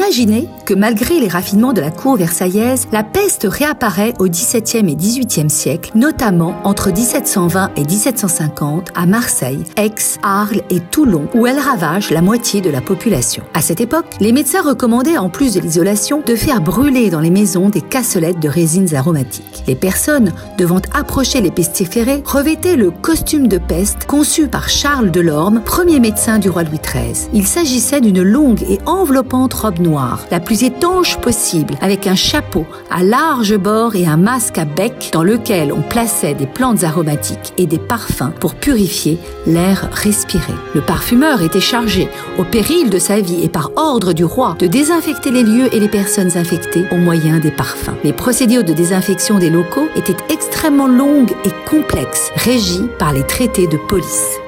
Imaginez que malgré les raffinements de la cour versaillaise, la peste réapparaît au XVIIe et XVIIIe siècle, notamment entre 1720 et 1750 à Marseille, Aix, Arles et Toulon, où elle ravage la moitié de la population. À cette époque, les médecins recommandaient, en plus de l'isolation, de faire brûler dans les maisons des cassolettes de résines aromatiques. Les personnes devant approcher les pestiférés revêtaient le costume de peste conçu par Charles Delorme, premier médecin du roi Louis XIII. Il s'agissait d'une longue et enveloppante robe noire, la plus étanche possible, avec un chapeau à large bord et un masque à bec dans lequel on plaçait des plantes aromatiques et des parfums pour purifier l'air respiré. Le parfumeur était chargé, au péril de sa vie et par ordre du roi, de désinfecter les lieux et les personnes infectées au moyen des parfums. Les procédures de désinfection des locaux étaient extrêmement longues et complexes, régies par les traités de police.